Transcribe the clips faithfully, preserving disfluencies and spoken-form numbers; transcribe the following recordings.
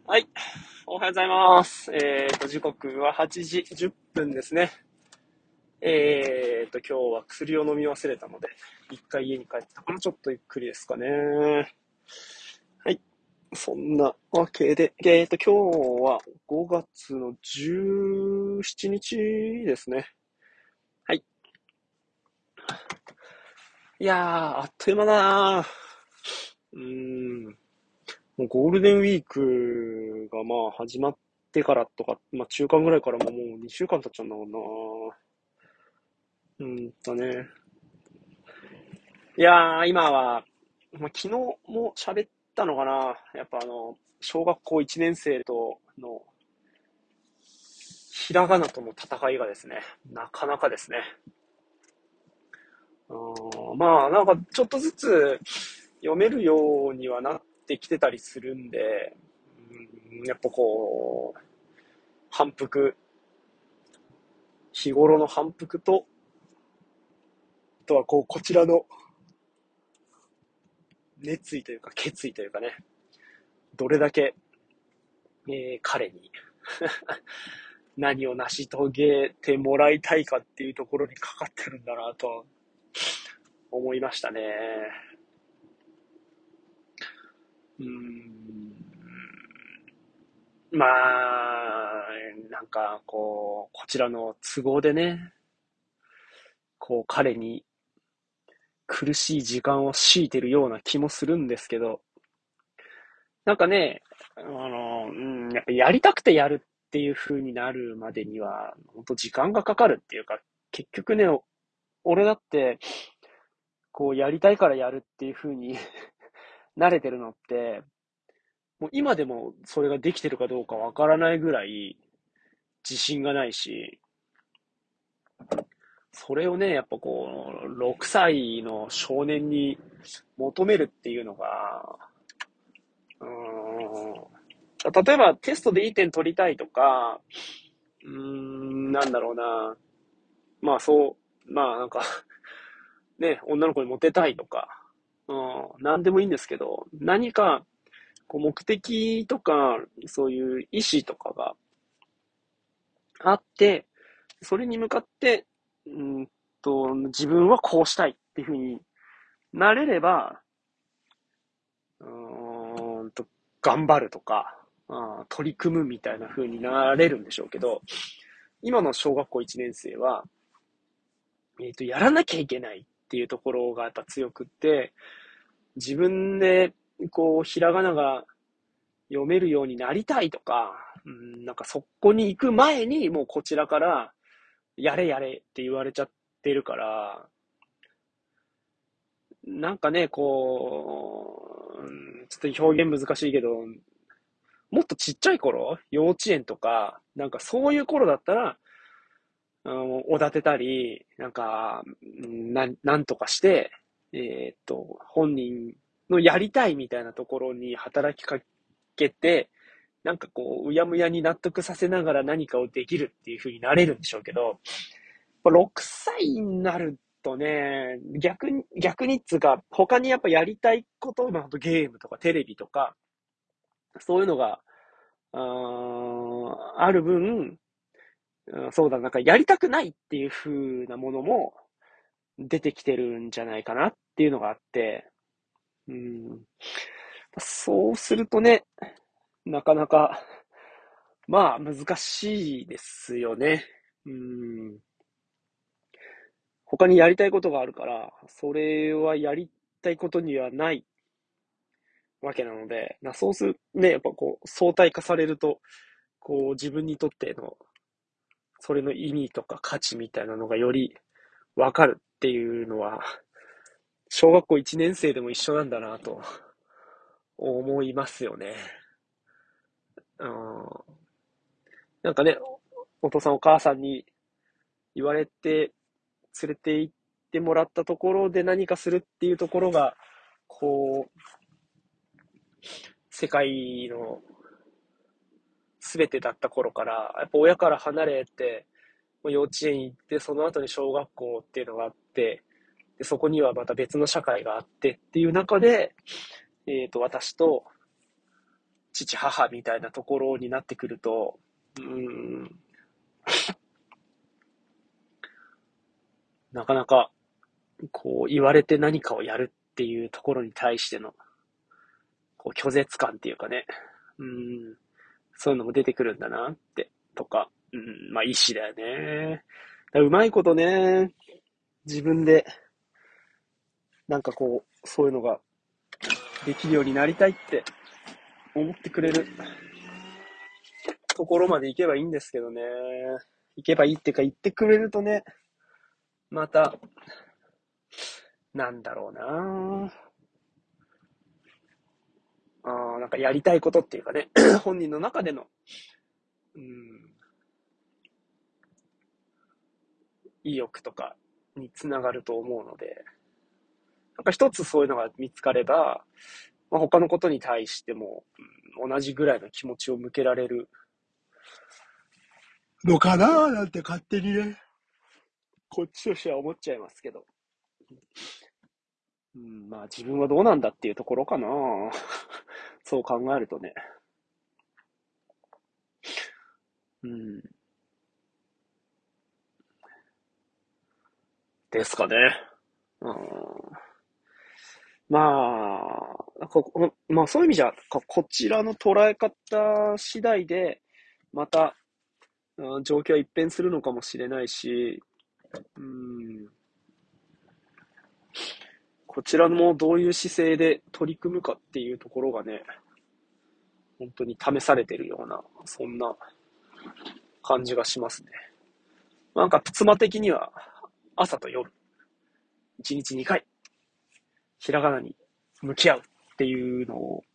はい。おはようございます。えっと、時刻ははちじじゅっぷんですね。えっと、今日は薬を飲み忘れたので、一回家に帰ったからちょっとゆっくりですかね。はい。そんなわけで、えっと、今日はごがつのじゅうしちにちですね。はい。いやー、あっという間だな。うーん。もうゴールデンウィークがまあ始まってからとか、まあ中間ぐらいからももうにしゅうかん経っちゃうんだもんな。うんとね。いやー、今は、まあ、昨日も喋ったのかな。やっぱあの、小学校いちねん生との、ひらがなとの戦いがですね、なかなかですね。うん、まあ、なんかちょっとずつ読めるようにはなってきてたりするんで、うん、やっぱこう、反復、日頃の反復と、あとはこう、こちらの熱意というか決意というかね、どれだけ、えー彼に何を成し遂げてもらいたいかっていうところにかかってるんだなと思いましたね。うーん。まあ、なんかこう、こちらの都合でね、こう彼に苦しい時間を強いてるような気もするんですけど、なんかね、あの、うん、やっぱやりたくてやるっていう風になるまでには、本当時間がかかるっていうか、結局ね、俺だって、こうやりたいからやるっていう風に慣れてるのって、もう今でもそれができてるかどうかわからないぐらい自信がないし、それをね、やっぱこう、ろくさいの少年に求めるっていうのが、うーん、例えばテストでいい点取りたいとか、うーん、なんだろうな、まあそう、まあなんかね、女の子にモテたいとか、うん、なんでもいいんですけど、何かこう目的とか、そういう意思とかがあって、それに向かって、うんと、自分はこうしたいっていうふうになれれば、うーんと、頑張るとか、あ取り組むみたいな風になれるんでしょうけど、今の小学校いちねん生は、えっと、やらなきゃいけないっていうところがやっぱ強くって、自分で、こう、ひらがなが読めるようになりたいとか、うん、なんかそこに行く前に、もうこちらから、やれやれって言われちゃってるから、なんかね、こう、ちょっと表現難しいけど、もっとちっちゃい頃、幼稚園とか、なんかそういう頃だったら、あのおだてたり、なんか、なん、なんとかして、えーっと、本人のやりたいみたいなところに働きかけて、なんかこう、うやむやに納得させながら何かをできるっていう風になれるんでしょうけど、ろくさいになるとね、逆に、逆にっつうか、他にやっぱやりたいこと、まあ、ゲームとかテレビとか、そういうのが、あーある分、うんそうだ、なんかやりたくないっていう風なものも出てきてるんじゃないかなっていうのがあって、うん、そうするとね、なかなか、まあ難しいですよね。うん、他にやりたいことがあるから、それはやりたいことにはないわけなので、なそうする、ね、やっぱこう、相対化されると、こう、自分にとっての、それの意味とか価値みたいなのがよりわかるっていうのは、小学校いちねん生でも一緒なんだなと思いますよね。うん、なんかね、お父さんお母さんに言われて連れて行ってもらったところで何かするっていうところが、こう、世界の全てだった頃から、やっぱ親から離れて、幼稚園行って、その後に小学校っていうのがあって、でそこにはまた別の社会があってっていう中で、えっと、私と父母みたいなところになってくると、うーん、なかなか、こう、言われて何かをやるっていうところに対しての、こう、拒絶感っていうかね、うーん、そういうのも出てくるんだなって、とか、うん、まあ、意志だよね。だからうまいことね、自分で、なんかこう、そういうのができるようになりたいって思ってくれるところまで行けばいいんですけどね。行けばいいっていうか言ってくれるとね、また、なんだろうなあーなんかやりたいことっていうかね、本人の中での、うん、意欲とかにつながると思うので、なんか一つそういうのが見つかれば、まあ、他のことに対しても、うん、同じぐらいの気持ちを向けられるのかなーなんて勝手にね、こっちとしては思っちゃいますけど。うん、まあ自分はどうなんだっていうところかなそう考えるとね。うん。ですかね。うん、まあ、こまあそういう意味じゃ、ここちらの捉え方次第で、また、うん、状況は一変するのかもしれないし、うん、こちらもどういう姿勢で取り組むかっていうところがね、本当に試されてるような、そんな感じがしますね。なんか、妻的には、朝と夜、いちにちにかい、ひらがなに向き合うっていうのを、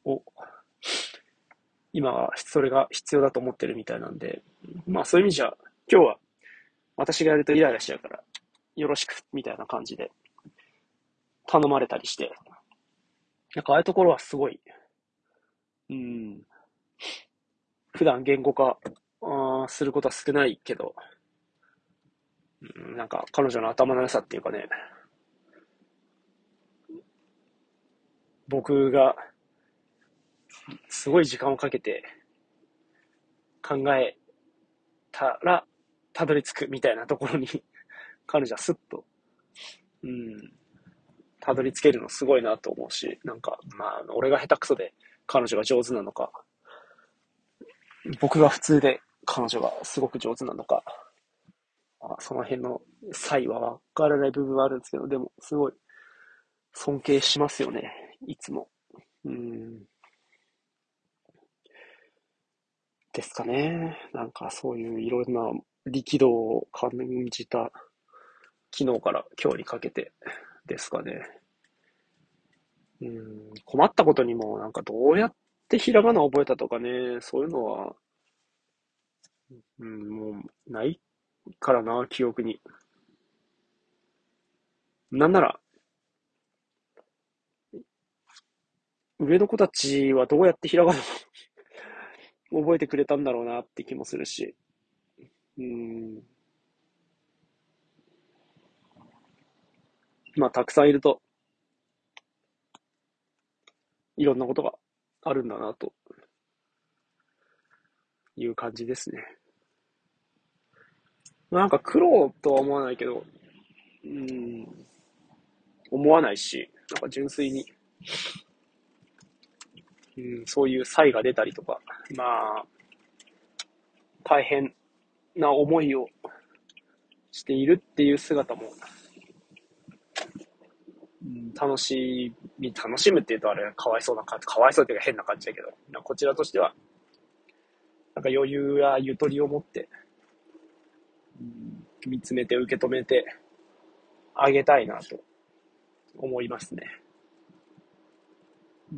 今はそれが必要だと思ってるみたいなんで、まあそういう意味じゃ、今日は私がやるとイライラしちゃうから、よろしく、みたいな感じで頼まれたりして、なんかああいうところはすごい、うん、普段言語化あすることは少ないけど、うん、なんか彼女の頭の良さっていうかね、僕がすごい時間をかけて考えたら、たどり着くみたいなところに彼女はスッと、うん、たどり着けるのすごいなと思うし、なんか、まあ、俺が下手くそで彼女が上手なのか、僕が普通で彼女がすごく上手なのか、その辺の差異は分からない部分はあるんですけど、でも、すごい尊敬しますよね、いつも。うん、ですかね。なんかそういういろんな力道を感じた昨日から今日にかけてですかね。うん、困ったことにもなんかどうやってひらがな覚えたとかね、そういうのは、うん、もうないからな、記憶に。なんなら、上の子たちはどうやってひらがなを覚えてくれたんだろうなって気もするし。うん、まあ、たくさんいると、いろんなことがあるんだな、という感じですね。なんか苦労とは思わないけど、うん、思わないし、なんか純粋に、うん、そういう差異が出たりとか、まあ、大変な思いをしているっていう姿も、うん、楽しみ、楽しむっていうとあれ、かわいそうな感じ、かわいそうっていうか変な感じだけど、こちらとしては、なんか余裕やゆとりを持って、うん、見つめて受け止めてあげたいなと思いますね。うん、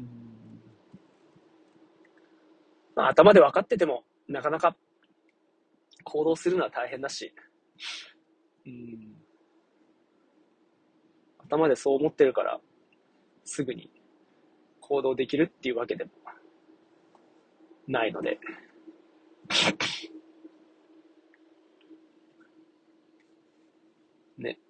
まあ、頭で分かってても、なかなか行動するのは大変だし、うん、頭でそう思ってるから、すぐに行動できるっていうわけでもないので、ね。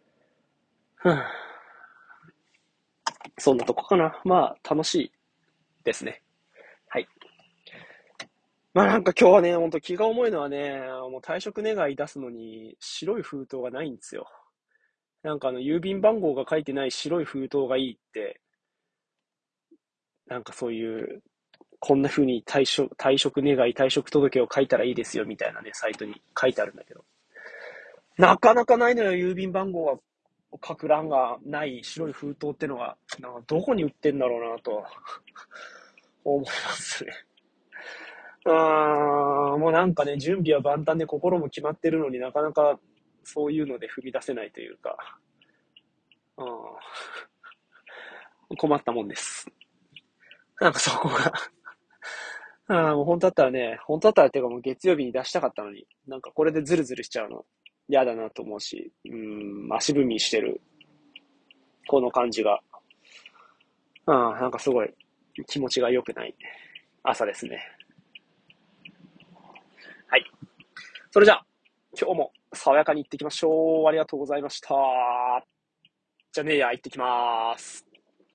そんなとこかな。まあ、楽しいですね。はい。まあなんか今日はね、ほんと気が重いのはね、もう退職願い出すのに白い封筒がないんですよ。なんかあの郵便番号が書いてない白い封筒がいいって、なんかそういう、こんな風に退職、退職願い、退職届を書いたらいいですよみたいなね、サイトに書いてあるんだけど。なかなかないのよ、郵便番号が書く欄がない白い封筒ってのが、なんかどこに売ってんだろうなと思いますね。あー、もうなんかね、準備は万端で心も決まってるのになかなかそういうので踏み出せないというか、あー困ったもんです。なんかそこがあーもう本当だったらね、本当だったらっていうかもう月曜日に出したかったのに、なんかこれでズルズルしちゃうの嫌だなと思うし、うーん、足踏みしてるこの感じが、あーなんかすごい気持ちが良くない朝ですね。はい。それじゃあ、今日も爽やかに行ってきましょう。ありがとうございました。じゃあねえや、行ってきます。